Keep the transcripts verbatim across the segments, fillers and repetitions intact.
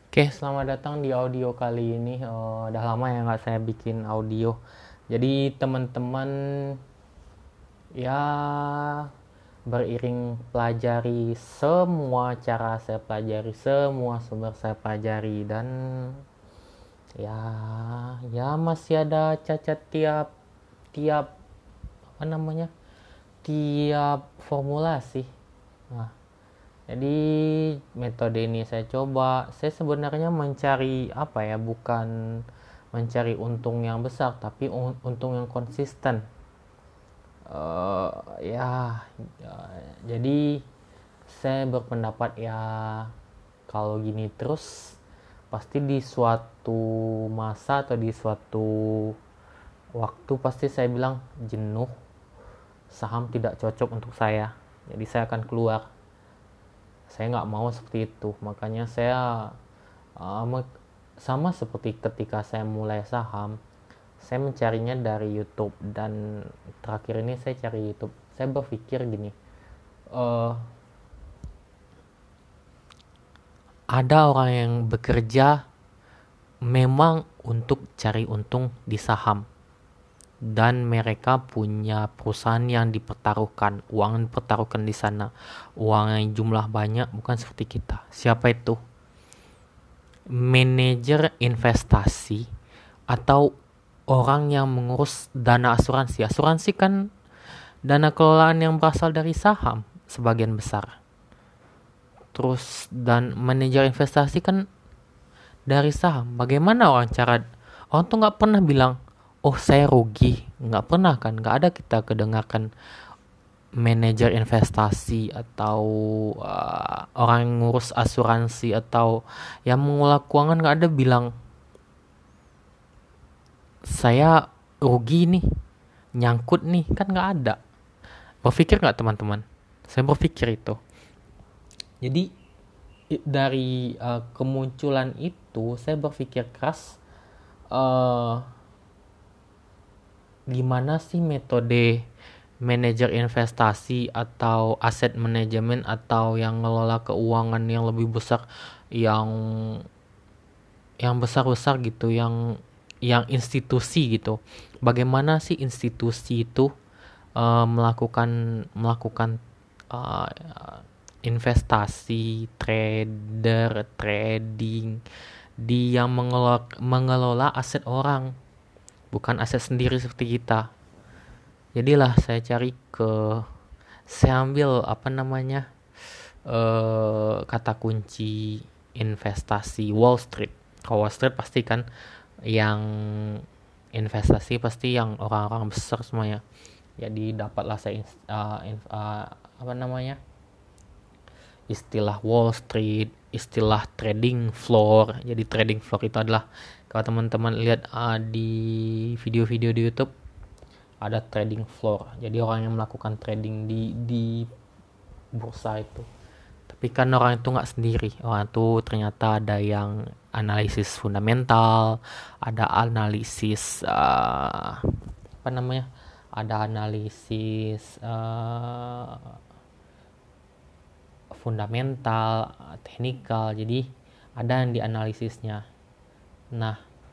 Oke, selamat datang di audio kali ini. Eh, udah lama ya nggak saya bikin audio. Jadi teman-teman ya beriring pelajari semua cara saya pelajari, semua sumber saya pelajari dan ya ya masih ada cacat tiap tiap apa namanya tiap formulasi. Nah, jadi metode ini saya coba. Saya sebenarnya mencari apa ya, bukan mencari untung yang besar, tapi untung yang konsisten. Uh, ya, ya, jadi saya berpendapat ya kalau gini terus pasti di suatu masa atau di suatu waktu pasti saya bilang jenuh, saham tidak cocok untuk saya. Jadi saya akan keluar. Saya nggak mau seperti itu, makanya saya uh, sama seperti ketika saya mulai saham, saya mencarinya dari YouTube. Dan terakhir ini saya cari YouTube, saya berpikir gini, uh, ada orang yang bekerja memang untuk cari untung di saham, dan mereka punya perusahaan yang dipertaruhkan, uang yang dipertaruhkan di sana, uang yang jumlah banyak, bukan seperti kita. Siapa itu? Manajer investasi atau orang yang mengurus dana asuransi. Asuransi kan dana kelolaan yang berasal dari saham sebagian besar. Terus dan manajer investasi kan dari saham. Bagaimana orang cara orang tuh nggak pernah bilang, oh saya rugi, nggak pernah kan? Nggak ada kita kedengarkan manajer investasi atau uh, orang yang ngurus asuransi atau yang mengelola keuangan, nggak ada bilang saya rugi nih, nyangkut nih, kan nggak ada. Berpikir nggak teman-teman? Saya berpikir itu. Jadi dari uh, kemunculan itu saya berpikir keras, uh, gimana sih metode manajer investasi atau aset manajemen atau yang ngelola keuangan yang lebih besar, yang yang besar-besar gitu, yang yang institusi gitu. Bagaimana sih institusi itu uh, melakukan melakukan uh, investasi, trader, trading di yang mengelola, mengelola aset orang, bukan aset sendiri seperti kita. Jadilah saya cari ke saya ambil apa namanya uh, kata kunci investasi Wall Street. Kalau Wall Street pasti kan yang investasi pasti yang orang-orang besar semuanya. Jadi dapatlah saya uh, uh, apa namanya istilah Wall Street, istilah trading floor. Jadi trading floor itu adalah, kalau teman-teman lihat uh, di video-video di YouTube, ada trading floor. Jadi orang yang melakukan trading di di bursa itu. Tapi kan orang itu nggak sendiri. Orang itu ternyata ada yang analisis fundamental, ada analisis uh, apa namanya, ada analisis uh, fundamental, teknikal. Jadi ada yang dianalisisnya. Nah,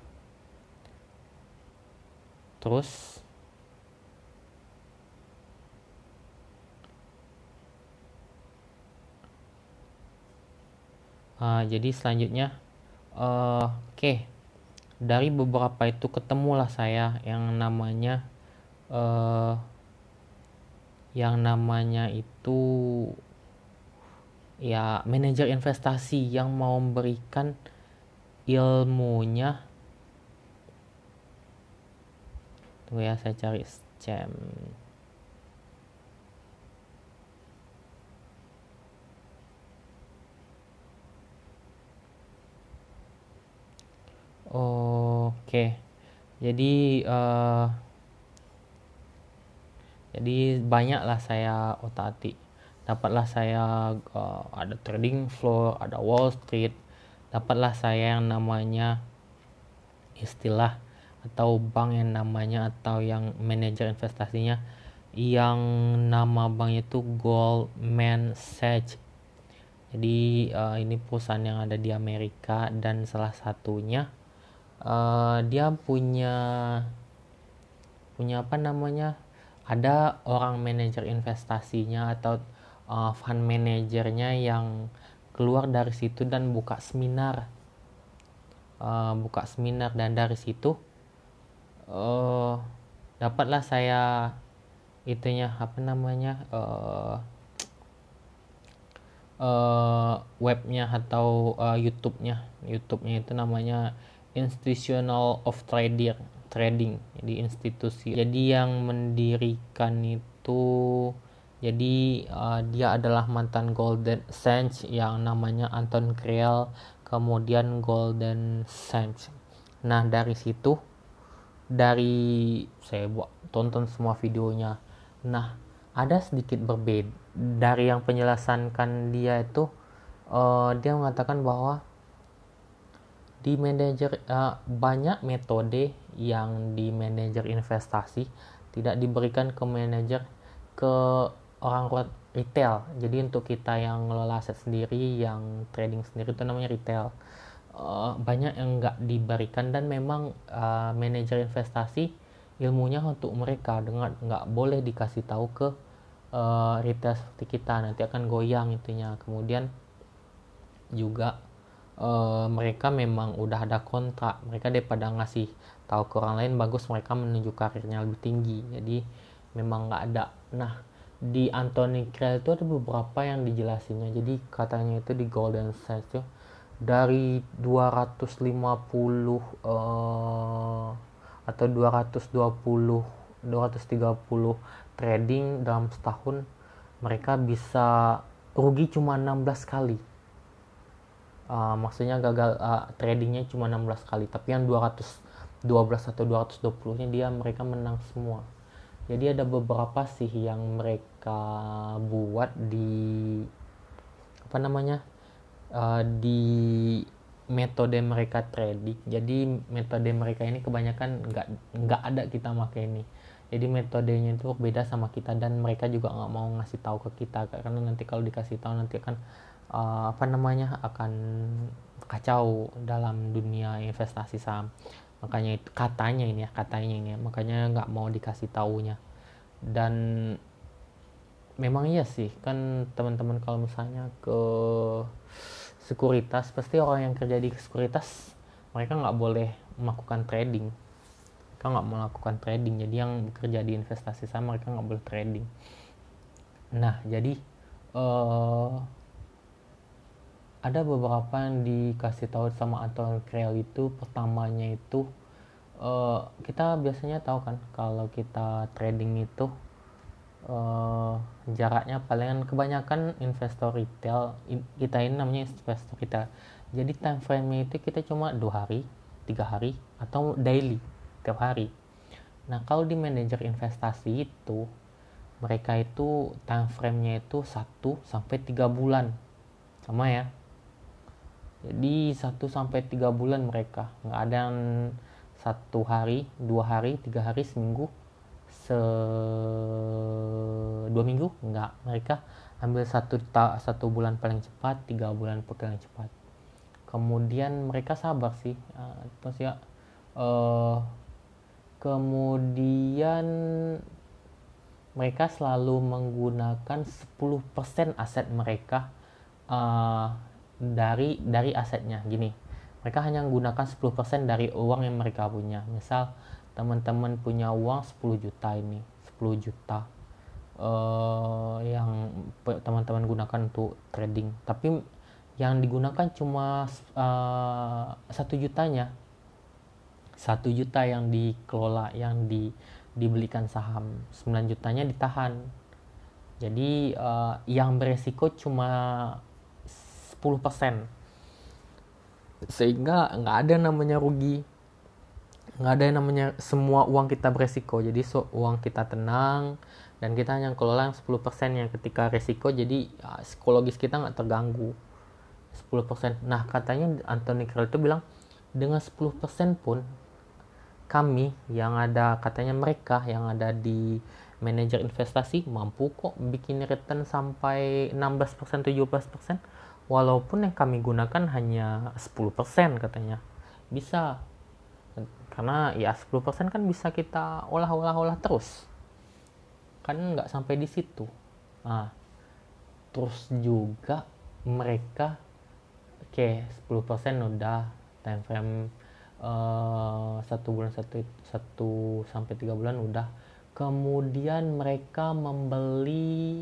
terus uh, jadi selanjutnya uh, oke okay. Dari beberapa itu ketemulah saya yang namanya uh, yang namanya itu ya manajer investasi yang mau memberikan ilmunya. Tunggu ya, saya cari scam. Oke, okay. jadi uh, jadi banyaklah saya otak-atik. Dapatlah saya uh, ada trading floor, ada Wall Street. Dapatlah saya yang namanya istilah atau bank yang namanya atau yang manajer investasinya yang nama banknya itu Goldman Sachs. Jadi uh, ini perusahaan yang ada di Amerika, dan salah satunya uh, dia punya punya apa namanya, ada orang manajer investasinya atau uh, fund manajernya yang keluar dari situ dan buka seminar uh, buka seminar dan dari situ uh, dapatlah saya itunya apa namanya uh, uh, webnya atau uh, YouTube-nya YouTube-nya itu namanya Institutional of Trading Trading jadi institusi. Jadi yang mendirikan itu, jadi uh, dia adalah mantan Golden Sands yang namanya Anton Kreil, kemudian Golden Sands. Nah dari situ, dari saya buat tonton semua videonya. Nah ada sedikit berbeda dari yang penjelasankan dia itu. Uh, dia mengatakan bahwa di manajer uh, banyak metode yang di manajer investasi tidak diberikan ke manajer, ke orang retail. Jadi untuk kita yang ngelola aset sendiri, yang trading sendiri, itu namanya retail. Uh, banyak yang nggak diberikan, dan memang uh, manajer investasi ilmunya untuk mereka, dengan nggak boleh dikasih tahu ke uh, retail seperti kita, nanti akan goyang itunya. Kemudian juga uh, mereka memang udah ada kontrak, mereka daripada ngasih tahu ke orang lain, bagus mereka menuju karirnya lebih tinggi, jadi memang nggak ada. Nah di Anthony Kreil itu ada beberapa yang dijelasinnya. Jadi katanya itu di Golden Sachs itu dari dua ratus lima puluh uh, atau dua ratus dua puluh dua ratus tiga puluh trading dalam setahun, mereka bisa rugi cuma enam belas kali. Uh, maksudnya gagal uh, tradingnya cuma enam belas kali, tapi yang dua ratus dua belas atau dua ratus dua puluh nya dia mereka menang semua. Jadi ada beberapa sih yang mereka buat di apa namanya uh, di metode mereka trading. Jadi metode mereka ini kebanyakan nggak nggak ada kita pakai ini. Jadi metodenya itu beda sama kita, dan mereka juga nggak mau ngasih tahu ke kita, karena nanti kalau dikasih tahu nanti akan uh, apa namanya akan kacau dalam dunia investasi saham. Makanya itu katanya ini ya katanya ini ya, makanya nggak mau dikasih taunya. Dan memang iya sih kan teman-teman, kalau misalnya ke sekuritas, pasti orang yang kerja di sekuritas mereka nggak boleh melakukan trading, mereka nggak melakukan trading. Jadi yang bekerja di investasi saham mereka nggak boleh trading. Nah jadi uh, ada beberapa yang dikasih tahu sama Anton Kreil itu. Pertamanya itu uh, kita biasanya tahu kan kalau kita trading itu uh, jaraknya palingan, kebanyakan investor retail in, kita ini namanya investor retail, jadi time frame-nya itu kita cuma dua hari, tiga hari, atau daily tiap hari. Nah kalau di manajer investasi itu mereka itu time frame-nya itu satu sampai tiga bulan sama ya. Jadi satu sampai tiga bulan mereka, nggak ada yang satu hari, dua hari, tiga hari, seminggu, se dua minggu, nggak. Mereka ambil satu ta, satu bulan paling cepat, tiga bulan paling cepat. Kemudian mereka sabar sih, uh, terus ya. Uh, kemudian mereka selalu menggunakan sepuluh persen aset mereka. Uh, dari dari asetnya gini, mereka hanya menggunakan sepuluh persen dari uang yang mereka punya. Misal teman-teman punya uang sepuluh juta, ini sepuluh juta uh, yang teman-teman gunakan untuk trading, tapi yang digunakan cuma uh, satu jutanya, satu juta yang dikelola, yang di, dibelikan saham, sembilan jutanya ditahan. Jadi uh, yang beresiko cuma sepuluh persen, sehingga nggak ada namanya rugi, nggak ada namanya semua uang kita beresiko. Jadi so, uang kita tenang, dan kita hanya kelola yang sepuluh persen yang ketika resiko, jadi ya, psikologis kita nggak terganggu sepuluh persen. Nah katanya Anthony Kreil itu bilang dengan sepuluh persen pun kami yang ada, katanya mereka yang ada di manajer investasi mampu kok bikin return sampai enam belas persen, tujuh belas persen. walaupun yang kami gunakan hanya sepuluh persen katanya. Bisa, karena ya sepuluh persen kan bisa kita olah-olah-olah terus, kan nggak sampai di situ. Nah, terus juga mereka oke okay, sepuluh persen udah time frame uh, satu bulan satu satu sampai tiga bulan udah. Kemudian mereka membeli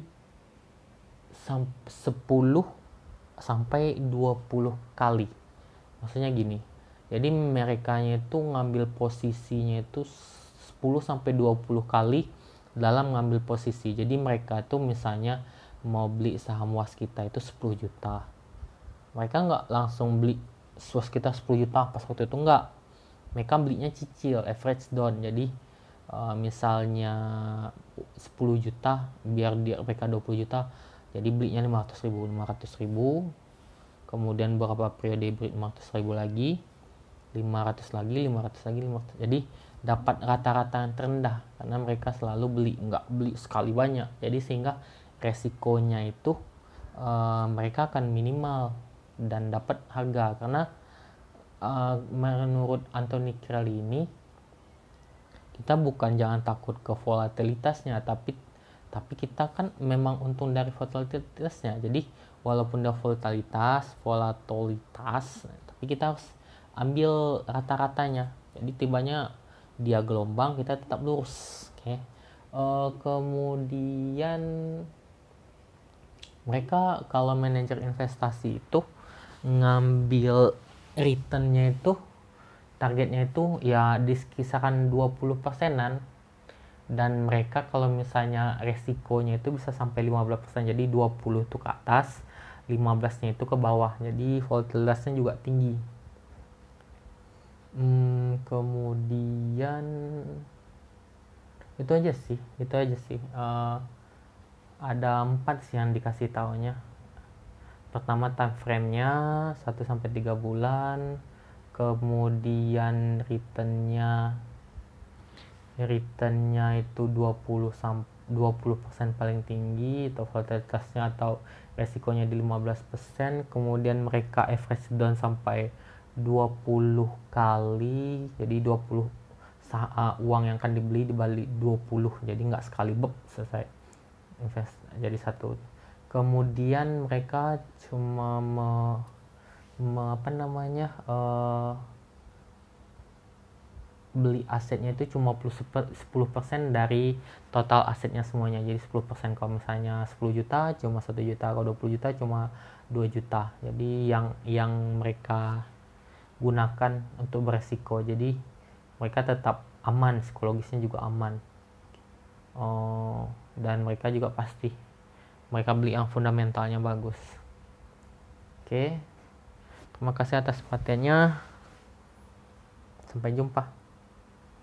sepuluh sampai dua puluh kali. Maksudnya gini. Jadi mereka itu ngambil posisinya itu sepuluh sampai dua puluh kali dalam ngambil posisi. Jadi mereka tuh misalnya mau beli saham Waskita itu sepuluh juta. Mereka nggak langsung beli Waskita sepuluh juta pas waktu itu, nggak. Mereka belinya cicil, average down. Jadi uh, misalnya sepuluh juta, biar dia mereka dua puluh juta, jadi belinya lima ratus ribu, lima ratus ribu, kemudian beberapa periode beli lima ratus ribu lagi, lima ratus lagi, lima ratus lagi, lima ratus. Jadi dapat rata-rata yang terendah karena mereka selalu beli, nggak beli sekali banyak. Jadi sehingga resikonya itu uh, mereka akan minimal dan dapat harga. Karena uh, menurut Anthony Crowley ini, kita bukan jangan takut ke volatilitasnya, tapi tapi kita kan memang untung dari volatilitasnya. Jadi walaupun ada volatilitas, volatilitas, tapi kita harus ambil rata-ratanya. Jadi tibanya dia gelombang, kita tetap lurus. Oke. Okay. Uh, kemudian mereka kalau manajer investasi itu ngambil returnnya itu, targetnya itu ya di kisaran dua puluh persenan, dan mereka kalau misalnya resikonya itu bisa sampai lima belas persen. Jadi dua puluh itu ke atas, lima belasnya itu ke bawah. Jadi volatilitasnya juga tinggi. Hmm, kemudian itu aja sih, itu aja sih. Uh, ada empat sih yang dikasih taunya. Pertama time frame-nya satu sampai tiga bulan, kemudian returnnya returnnya itu dua puluh persen paling tinggi, atau volatilitasnya atau resikonya di lima belas persen. Kemudian mereka average down sampai dua puluh kali, jadi dua puluh uh, uang yang akan dibeli dibalik dua puluh, jadi nggak sekali beb selesai invest jadi satu. Kemudian mereka cuma me, me, apa namanya uh, beli asetnya itu cuma sepuluh persen dari total asetnya semuanya. Jadi sepuluh persen kalau misalnya sepuluh juta cuma satu juta, kalau dua puluh juta cuma dua juta. Jadi yang yang mereka gunakan untuk beresiko. Jadi mereka tetap aman, psikologisnya juga aman. Oh, dan mereka juga pasti mereka beli yang fundamentalnya bagus. Oke. Terima kasih atas perhatiannya. Sampai jumpa.